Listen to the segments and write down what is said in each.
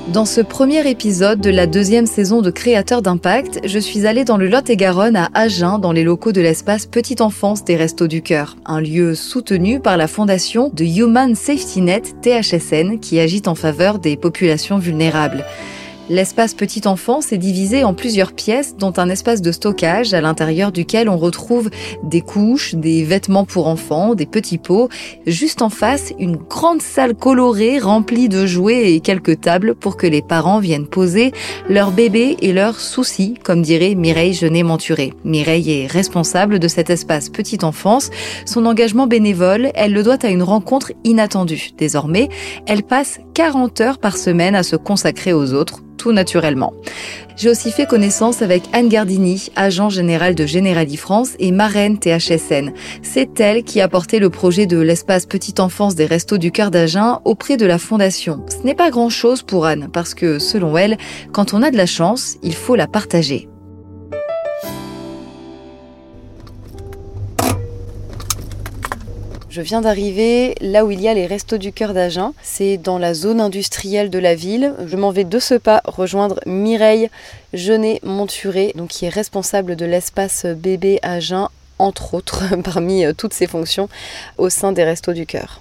Dans ce premier épisode de la 2e saison de Créateurs d'Impact, je suis allée dans le Lot-et-Garonne à Agen, dans les locaux de l'espace Petite Enfance des Restos du Cœur, un lieu soutenu par la fondation de Human Safety Net THSN qui agit en faveur des populations vulnérables. L'espace Petite Enfance est divisé en plusieurs pièces, dont un espace de stockage à l'intérieur duquel on retrouve des couches, des vêtements pour enfants, des petits pots. Juste en face, une grande salle colorée remplie de jouets et quelques tables pour que les parents viennent poser leurs bébés et leurs soucis, comme dirait Mireille Jeunet-Monturé. Mireille est responsable de cet espace Petite Enfance. Son engagement bénévole, elle le doit à une rencontre inattendue. Désormais, elle passe 40 heures par semaine à se consacrer aux autres, tout naturellement. J'ai aussi fait connaissance avec Anne Gardini, agent général de Generali France et marraine THSN. C'est elle qui a porté le projet de l'espace Petite Enfance des Restos du Cœur d'Agen auprès de la Fondation. Ce n'est pas grand-chose pour Anne, parce que, selon elle, quand on a de la chance, il faut la partager. Je viens d'arriver là où il y a les Restos du Cœur d'Agen. C'est dans la zone industrielle de la ville. Je m'en vais de ce pas rejoindre Mireille Jeunet-Monturé, donc qui est responsable de l'espace bébé Agen, entre autres, parmi toutes ses fonctions au sein des Restos du Cœur.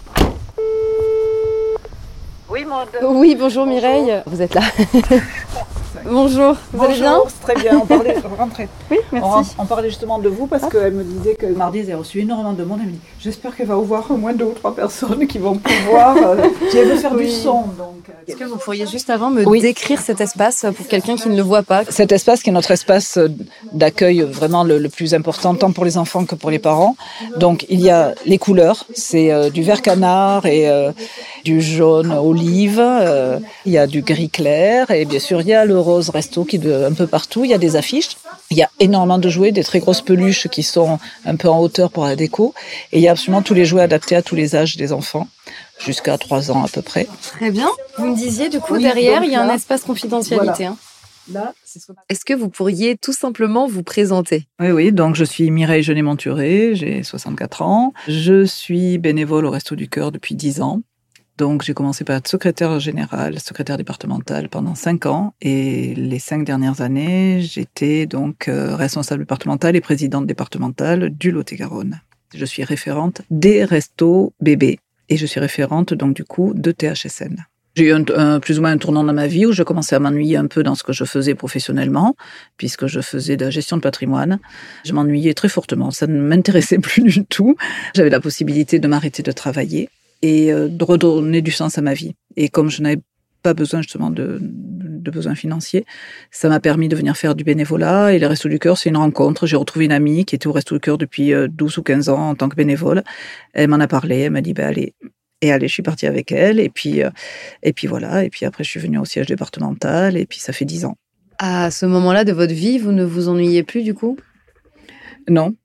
Oui, Oui, bonjour Mireille. Vous êtes là. Bonjour, vous allez bien ? Bonjour, très bien, on parlait, rentrez. Oui, merci. On parlait justement de vous parce qu'elle me disait que mardi, elle a reçu énormément de monde. Elle me dit, j'espère qu'elle va avoir au moins 2 ou 3 personnes qui vont pouvoir, qui veulent faire du son. Donc, Est-ce que vous pourriez juste avant me décrire cet espace pour quelqu'un qui ne le voit pas ? Cet espace qui est notre espace d'accueil vraiment le plus important, tant pour les enfants que pour les parents. Donc il y a les couleurs, c'est du vert canard et du jaune olive, il y a du gris clair et bien sûr il y a le rose resto qui est un peu partout, il y a des affiches, il y a énormément de jouets, des très grosses peluches qui sont un peu en hauteur pour la déco et il y a absolument tous les jouets adaptés à tous les âges des enfants. Jusqu'à 3 ans à peu près. Très bien. Vous me disiez, du coup, derrière, il y a un espace confidentialité. Voilà. Là, Est-ce que vous pourriez tout simplement vous présenter ? Oui, donc je suis Mireille Jeunet-Monturé, j'ai 64 ans. Je suis bénévole au Restos du Cœur depuis 10 ans. Donc j'ai commencé par être secrétaire générale, secrétaire départementale pendant 5 ans. Et les 5 dernières années, j'étais donc responsable départementale et présidente départementale du Lot-et-Garonne. Je suis référente des restos bébés. Et je suis référente, donc, du coup, de THSN. J'ai eu plus ou moins un tournant dans ma vie où je commençais à m'ennuyer un peu dans ce que je faisais professionnellement, puisque je faisais de la gestion de patrimoine. Je m'ennuyais très fortement, ça ne m'intéressait plus du tout. J'avais la possibilité de m'arrêter de travailler et de redonner du sens à ma vie. Et comme je n'avais pas besoin justement de besoins financiers, ça m'a permis de venir faire du bénévolat. Et les Restos du Cœur, c'est une rencontre. J'ai retrouvé une amie qui était au Restos du Cœur depuis 12 ou 15 ans en tant que bénévole. Elle m'en a parlé, elle m'a dit allez. Et allez, je suis partie avec elle. Et puis voilà. Et puis après, je suis venue au siège départemental. Et puis ça fait 10 ans. À ce moment-là de votre vie, vous ne vous ennuyez plus du coup ? Non.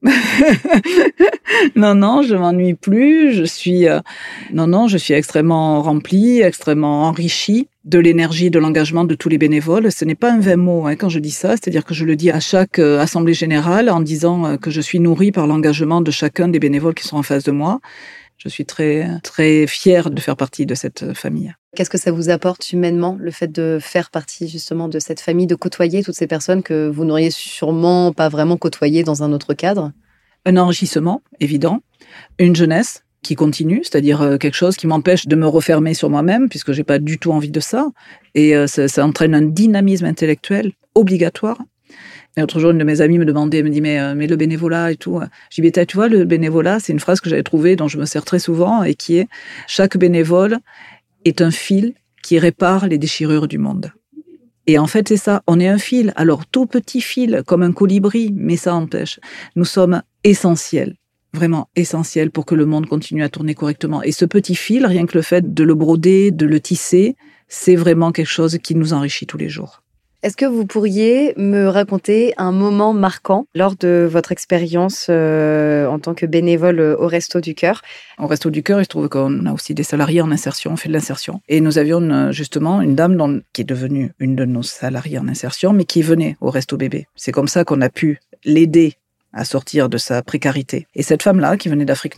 non, je m'ennuie plus. Je suis extrêmement remplie, extrêmement enrichie de l'énergie, de l'engagement de tous les bénévoles. Ce n'est pas un vain mot quand je dis ça, c'est-à-dire que je le dis à chaque assemblée générale en disant que je suis nourrie par l'engagement de chacun des bénévoles qui sont en face de moi. Je suis très, très fière de faire partie de cette famille. Qu'est-ce que ça vous apporte humainement, le fait de faire partie justement de cette famille, de côtoyer toutes ces personnes que vous n'auriez sûrement pas vraiment côtoyées dans un autre cadre ? Un enrichissement, évident. Une jeunesse qui continue, c'est-à-dire quelque chose qui m'empêche de me refermer sur moi-même, puisque j'ai pas du tout envie de ça. Et ça entraîne un dynamisme intellectuel obligatoire. Et l'autre jour, une de mes amies me dit, mais le bénévolat et tout. Je dis, tu vois, le bénévolat, c'est une phrase que j'avais trouvée, dont je me sers très souvent, et qui est, chaque bénévole est un fil qui répare les déchirures du monde. Et en fait, c'est ça, on est un fil. Alors, tout petit fil, comme un colibri, mais ça empêche. Nous sommes essentiels, vraiment essentiels pour que le monde continue à tourner correctement. Et ce petit fil, rien que le fait de le broder, de le tisser, c'est vraiment quelque chose qui nous enrichit tous les jours. Est-ce que vous pourriez me raconter un moment marquant lors de votre expérience en tant que bénévole au Restos du Cœur ? Au Restos du Cœur, il se trouve qu'on a aussi des salariés en insertion, on fait de l'insertion. Et nous avions justement une dame qui est devenue une de nos salariés en insertion, mais qui venait au Resto Bébé. C'est comme ça qu'on a pu l'aider à sortir de sa précarité. Et cette femme-là, qui venait d'Afrique noire,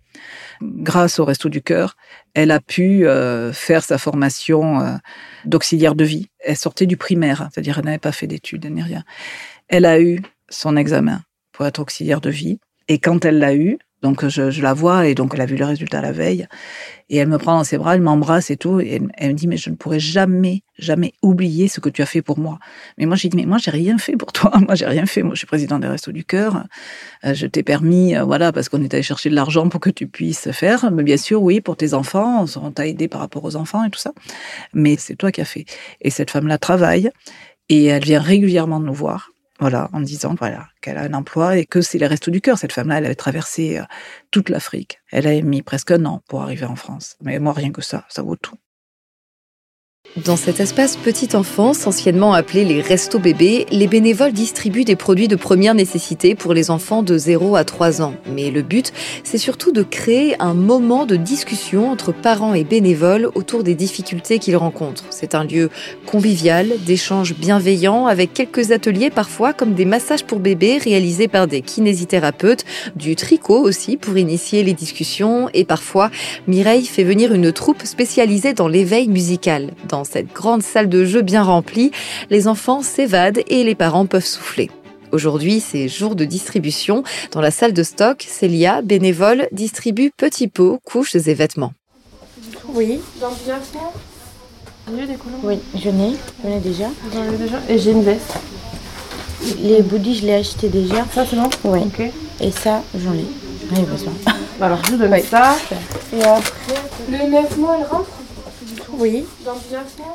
Grâce au Resto du Cœur, elle a pu faire sa formation d'auxiliaire de vie. Elle sortait du primaire, c'est-à-dire elle n'avait pas fait d'études ni rien. Elle a eu son examen pour être auxiliaire de vie. Et quand elle l'a eu, donc je la vois, et donc elle a vu le résultat la veille, et elle me prend dans ses bras, elle m'embrasse et tout, et elle me dit, mais je ne pourrai jamais, jamais oublier ce que tu as fait pour moi. Mais moi, j'ai dit, mais moi, j'ai rien fait pour toi. Moi, j'ai rien fait. Moi, je suis présidente des Restos du Cœur. Je t'ai permis, voilà, parce qu'on est allé chercher de l'argent pour que tu puisses faire. Mais bien sûr, oui, pour tes enfants, on t'a aidé par rapport aux enfants et tout ça. Mais c'est toi qui as fait. Et cette femme-là travaille, et elle vient régulièrement nous voir. Voilà, en disant qu'elle a un emploi et que c'est les Restos du Cœur. Cette femme-là, elle avait traversé toute l'Afrique. Elle a mis presque un an pour arriver en France. Mais moi, rien que ça vaut tout. Dans cet espace petite enfance, anciennement appelé les Restos Bébés, les bénévoles distribuent des produits de première nécessité pour les enfants de 0 à 3 ans. Mais le but, c'est surtout de créer un moment de discussion entre parents et bénévoles autour des difficultés qu'ils rencontrent. C'est un lieu convivial, d'échanges bienveillants, avec quelques ateliers parfois comme des massages pour bébés réalisés par des kinésithérapeutes, du tricot aussi pour initier les discussions, et parfois Mireille fait venir une troupe spécialisée dans l'éveil musical. Dans cette grande salle de jeu bien remplie, les enfants s'évadent et les parents peuvent souffler. Aujourd'hui, c'est jour de distribution. Dans la salle de stock, Célia, bénévole, distribue petits pots, couches et vêtements. Oui. Dans bien mois, j'ai eu des colombes. Oui, j'en ai déjà. J'en ai déjà. Et j'ai une veste. Les bouddhis, je l'ai acheté déjà. Ça, c'est bon? Oui. Ok. Et ça, j'en ai. Rien besoin. Alors, je vous donne ça. Et après, le 9 mois, elle rentre? Oui. Dans bien mois.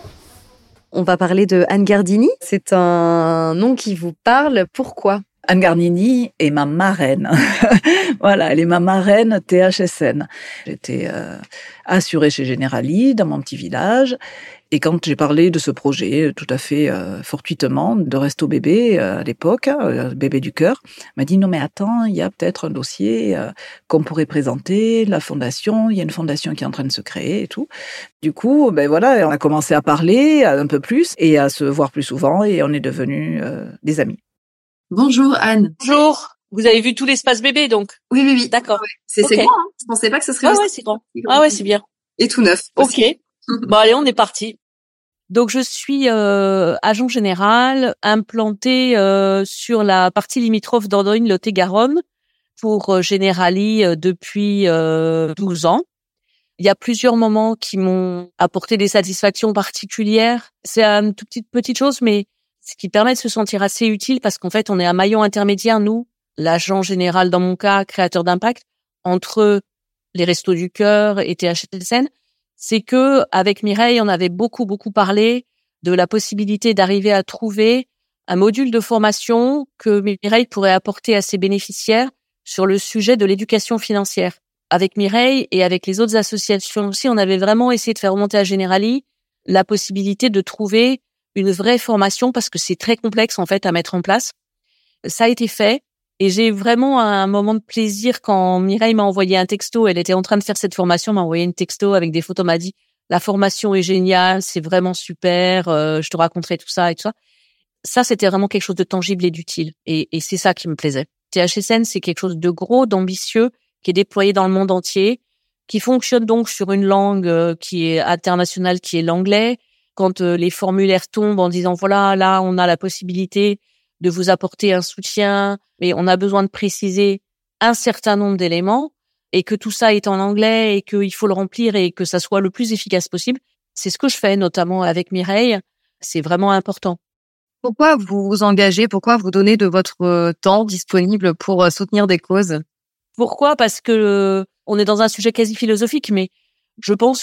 On va parler de Anne Gardini. C'est un nom qui vous parle. Pourquoi ? Anne Gardini est ma marraine. Voilà, elle est ma marraine THSN. J'étais assurée chez Generali, dans mon petit village. Et quand j'ai parlé de ce projet, tout à fait fortuitement, de Resto Bébé à l'époque, Bébé du Cœur, m'a dit non mais attends, il y a peut-être un dossier qu'on pourrait présenter, la fondation, il y a une fondation qui est en train de se créer et tout. Du coup, ben voilà, on a commencé à parler un peu plus et à se voir plus souvent et on est devenus des amis. Bonjour Anne. Bonjour. Vous avez vu tout l'espace bébé donc? Oui. D'accord. Ouais. C'est Okay. grand, hein. Je pensais pas que ce serait Ah ouais, c'est grand. Ah ouais, c'est bien. Et tout neuf. Ok. Bon allez, on est parti. Donc je suis agent général implanté sur la partie limitrophe d'Ordogne Lot-et-Garonne pour Generali depuis 12 ans. Il y a plusieurs moments qui m'ont apporté des satisfactions particulières. C'est une toute petite chose, mais ce qui permet de se sentir assez utile parce qu'en fait, on est un maillon intermédiaire, nous, l'agent général dans mon cas, créateur d'impact, entre les Restos du Cœur et THSN. C'est que avec Mireille, on avait beaucoup parlé de la possibilité d'arriver à trouver un module de formation que Mireille pourrait apporter à ses bénéficiaires sur le sujet de l'éducation financière. Avec Mireille et avec les autres associations aussi, on avait vraiment essayé de faire remonter à Generali la possibilité de trouver une vraie formation parce que c'est très complexe en fait à mettre en place. Ça a été fait et j'ai vraiment un moment de plaisir quand Mireille m'a envoyé un texto. Elle était en train de faire cette formation, m'a envoyé une texto avec des photos, m'a dit la formation est géniale, c'est vraiment super, je te raconterai tout ça et tout ça. Ça, c'était vraiment quelque chose de tangible et d'utile et c'est ça qui me plaisait. THSN, c'est quelque chose de gros, d'ambitieux, qui est déployé dans le monde entier, qui fonctionne donc sur une langue qui est internationale, qui est l'anglais. Quand les formulaires tombent en disant voilà, là, on a la possibilité de vous apporter un soutien, mais on a besoin de préciser un certain nombre d'éléments et que tout ça est en anglais et qu'il faut le remplir et que ça soit le plus efficace possible. C'est ce que je fais, notamment avec Mireille. C'est vraiment important. Pourquoi vous vous engagez ? Pourquoi vous donnez de votre temps disponible pour soutenir des causes ? Pourquoi ? Parce que on est dans un sujet quasi philosophique, mais je pense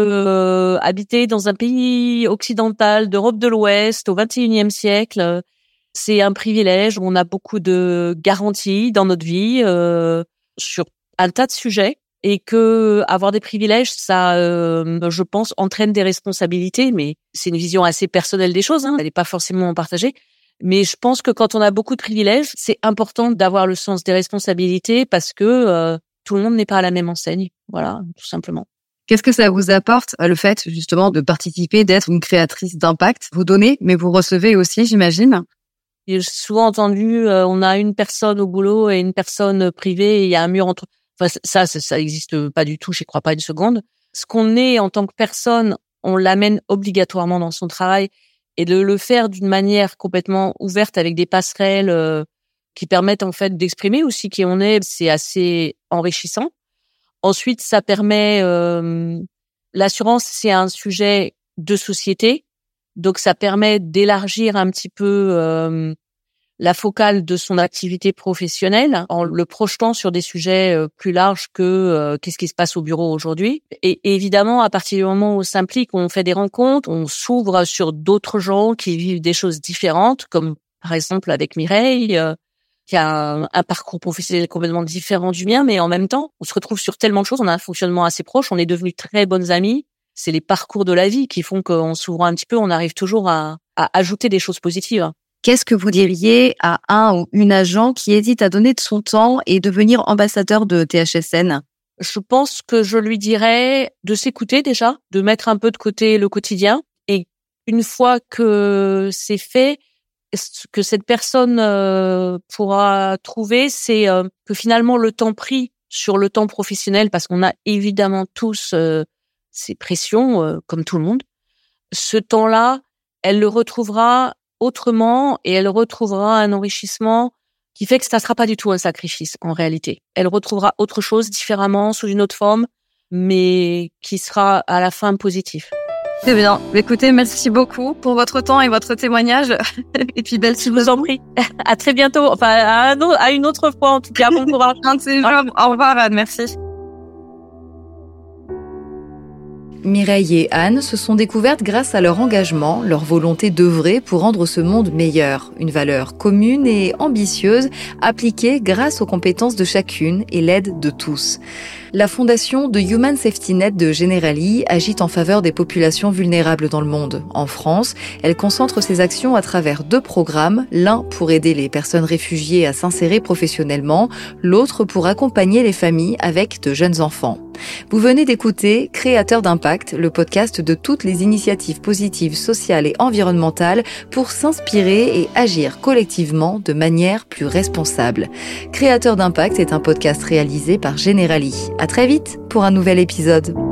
que habiter dans un pays occidental d'Europe de l'Ouest au XXIe siècle, c'est un privilège. On a beaucoup de garanties dans notre vie sur un tas de sujets et que avoir des privilèges, ça, je pense, entraîne des responsabilités. Mais c'est une vision assez personnelle des choses. Elle n'est pas forcément partagée. Mais je pense que quand on a beaucoup de privilèges, c'est important d'avoir le sens des responsabilités parce que tout le monde n'est pas à la même enseigne. Voilà, tout simplement. Qu'est-ce que ça vous apporte, le fait, justement, de participer, d'être une créatrice d'impact ? Vous donnez, mais vous recevez aussi, j'imagine. J'ai souvent entendu, on a une personne au boulot et une personne privée et il y a un mur entre... Enfin, ça existe pas du tout, j'y crois pas une seconde. Ce qu'on est en tant que personne, on l'amène obligatoirement dans son travail, et de le faire d'une manière complètement ouverte avec des passerelles qui permettent en fait d'exprimer aussi qui on est, c'est assez enrichissant. Ensuite, ça permet l'assurance, c'est un sujet de société, donc ça permet d'élargir un petit peu la focale de son activité professionnelle en le projetant sur des sujets plus larges que qu'est-ce qui se passe au bureau aujourd'hui. Et évidemment, à partir du moment où on s'implique, on fait des rencontres, on s'ouvre sur d'autres gens qui vivent des choses différentes, comme par exemple avec Mireille, qui a un parcours professionnel complètement différent du mien, mais en même temps, on se retrouve sur tellement de choses, on a un fonctionnement assez proche, on est devenus très bonnes amies. C'est les parcours de la vie qui font qu'on s'ouvre un petit peu, on arrive toujours à ajouter des choses positives. Qu'est-ce que vous diriez à un ou une agent qui hésite à donner de son temps et devenir ambassadeur de THSN? Je pense que je lui dirais de s'écouter déjà, de mettre un peu de côté le quotidien. Et une fois que c'est fait, ce que cette personne pourra trouver, c'est que finalement le temps pris sur le temps professionnel, parce qu'on a évidemment tous ces pressions, comme tout le monde, ce temps-là, elle le retrouvera autrement et elle retrouvera un enrichissement qui fait que ça sera pas du tout un sacrifice en réalité. Elle retrouvera autre chose différemment, sous une autre forme, mais qui sera à la fin positif. Très bien. Écoutez, merci beaucoup pour votre temps et votre témoignage. Et puis belle Je vous en prie. À très bientôt. Enfin, à une autre fois en tout cas. Bon courage. Au revoir, Anne. Merci. Mireille et Anne se sont découvertes grâce à leur engagement, leur volonté d'œuvrer pour rendre ce monde meilleur. Une valeur commune et ambitieuse, appliquée grâce aux compétences de chacune et l'aide de tous. La fondation de Human Safety Net de Generali agit en faveur des populations vulnérables dans le monde. En France, elle concentre ses actions à travers 2 programmes, l'un pour aider les personnes réfugiées à s'insérer professionnellement, l'autre pour accompagner les familles avec de jeunes enfants. Vous venez d'écouter Créateurs d'impact, le podcast de toutes les initiatives positives, sociales et environnementales pour s'inspirer et agir collectivement de manière plus responsable. Créateurs d'impact est un podcast réalisé par Generali. À très vite pour un nouvel épisode.